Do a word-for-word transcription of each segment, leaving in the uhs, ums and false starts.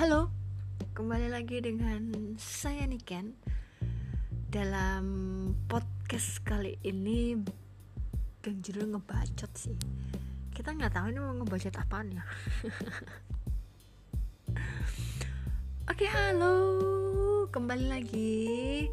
Halo, kembali lagi dengan saya Niken dalam podcast kali ini yang judul ngebacot sih. Kita nggak tahu ini mau ngebacot apaan ya. Oke, halo, kembali lagi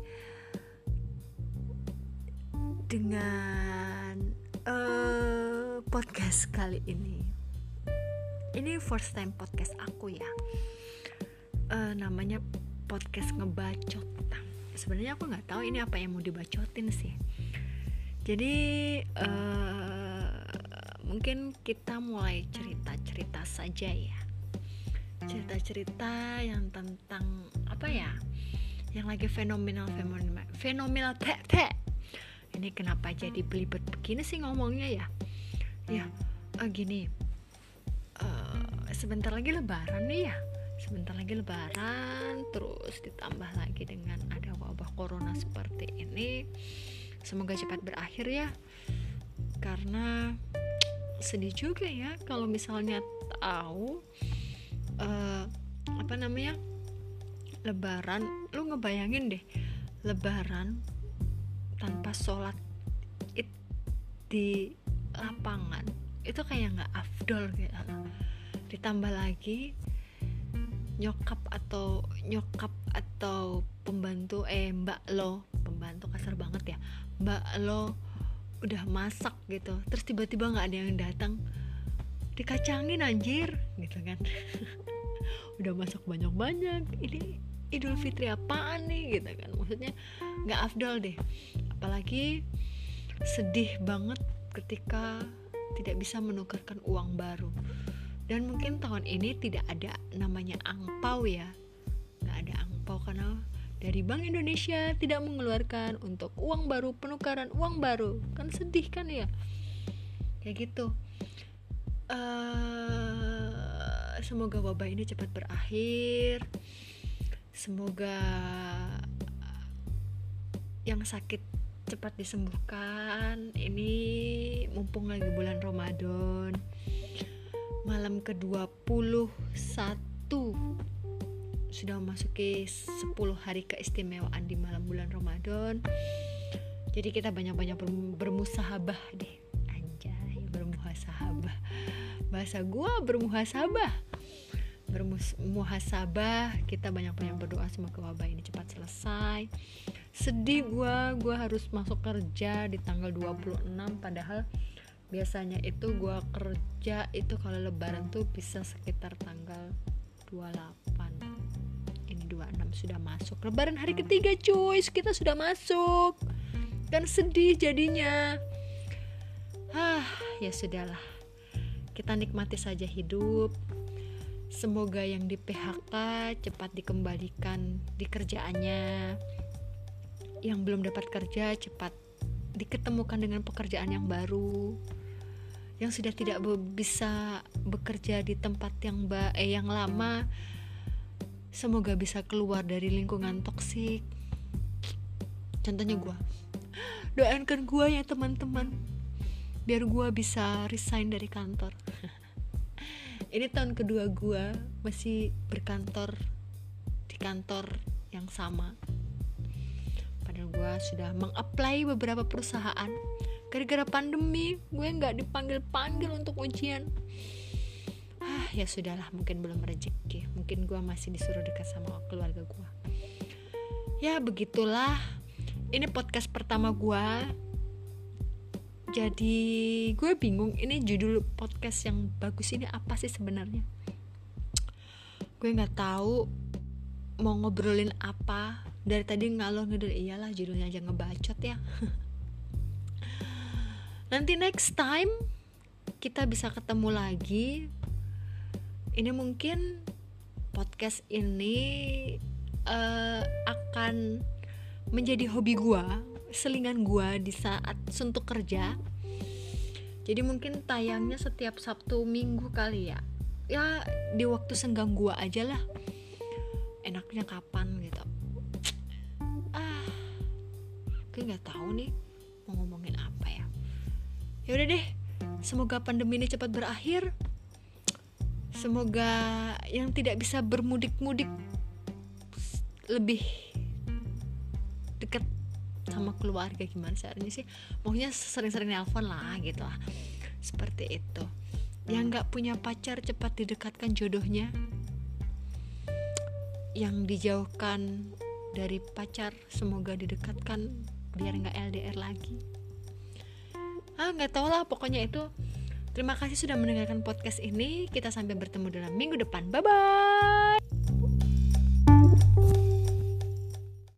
dengan uh, podcast kali ini. Ini first time podcast aku ya. Uh, namanya podcast ngebacot. Sebenarnya aku nggak tahu ini apa yang mau dibacotin sih. Jadi uh, mungkin kita mulai cerita-cerita saja ya. Cerita-cerita yang tentang apa ya? Yang lagi fenomenal fenomenal fenomenal teh teh. Ini kenapa jadi belibet begini sih ngomongnya ya? Ya, uh, gini. Uh, sebentar lagi Lebaran nih ya. Sebentar lagi Lebaran, terus ditambah lagi dengan ada wabah corona seperti ini. Semoga cepat berakhir ya. Karena sedih juga ya kalau misalnya tahu uh, apa namanya Lebaran. Lu ngebayangin deh, Lebaran tanpa sholat id di lapangan itu kayak nggak afdol gitu. Ditambah lagi nyokap atau nyokap atau pembantu eh mbak lo pembantu kasar banget ya mbak lo udah masak gitu, terus tiba-tiba nggak ada yang datang, dikacangin anjir gitu kan. Udah masak banyak-banyak, ini Idul Fitri apaan nih gitu kan, maksudnya nggak afdol deh. Apalagi sedih banget ketika tidak bisa menukarkan uang baru. Dan mungkin tahun ini tidak ada namanya angpau ya. Gak ada angpau karena dari Bank Indonesia tidak mengeluarkan untuk uang baru, penukaran uang baru. Kan sedih kan ya. Kayak gitu. uh, Semoga wabah ini cepat berakhir. Semoga yang sakit cepat disembuhkan. Ini mumpung lagi bulan Ramadan, malam ke dua puluh satu, sudah memasuki sepuluh hari keistimewaan di malam bulan Ramadan. Jadi kita banyak-banyak bermusahabah deh. Anjay, bermuhasabah. Bahasa gua bermuhasabah. Bermuhasabah, kita banyak-banyak berdoa semoga wabah ini cepat selesai. Sedih gua, gua harus masuk kerja di tanggal dua puluh enam, padahal biasanya itu gue kerja itu kalau Lebaran tuh bisa sekitar tanggal dua puluh delapan. Ini dua puluh enam sudah masuk. Lebaran hari ketiga cuy, kita sudah masuk. Dan sedih jadinya. Hah, ya sudahlah. Kita nikmati saja hidup. Semoga yang di P H K cepat dikembalikan di kerjaannya. Yang belum dapat kerja cepat diketemukan dengan pekerjaan yang baru. Yang sudah tidak be- bisa bekerja di tempat yang ba- eh yang lama, semoga bisa keluar dari lingkungan toksik. Contohnya gue, doakan gue ya teman-teman, biar gue bisa resign dari kantor. Ini tahun kedua gue masih berkantor di kantor yang sama. Padahal gue sudah meng-apply beberapa perusahaan. Gara-gara pandemi gue gak dipanggil-panggil untuk ujian. Ah, ya sudahlah, mungkin belum rezeki. Mungkin gue masih disuruh dekat sama keluarga gue. Ya begitulah. Ini podcast pertama gue. Jadi gue bingung ini judul podcast yang bagus ini apa sih sebenarnya. Gue gak tahu mau ngobrolin apa. Dari tadi ngalor ngidul, iyalah judulnya aja ngebacot ya. Nanti next time kita bisa ketemu lagi. Ini mungkin podcast ini uh, akan menjadi hobi gua, selingan gua di saat suntuk kerja. Jadi mungkin tayangnya setiap Sabtu Minggu kali ya. Ya di waktu senggang gua aja lah. Enaknya kapan gitu. Ah, gue nggak tahu nih mau ngomongin apa ya. Ya udah deh, semoga pandemi ini cepat berakhir. semoga yang tidak bisa bermudik-mudik lebih dekat sama keluarga. Gimana caranya sih, pokoknya sering-sering nelpon lah gitu lah, seperti itu. Yang nggak punya pacar cepat didekatkan jodohnya, yang dijauhkan dari pacar semoga didekatkan biar nggak L D R lagi. Ah nggak tahu lah, pokoknya itu. Terima kasih sudah mendengarkan podcast ini. Kita sampai bertemu dalam minggu depan. Bye bye.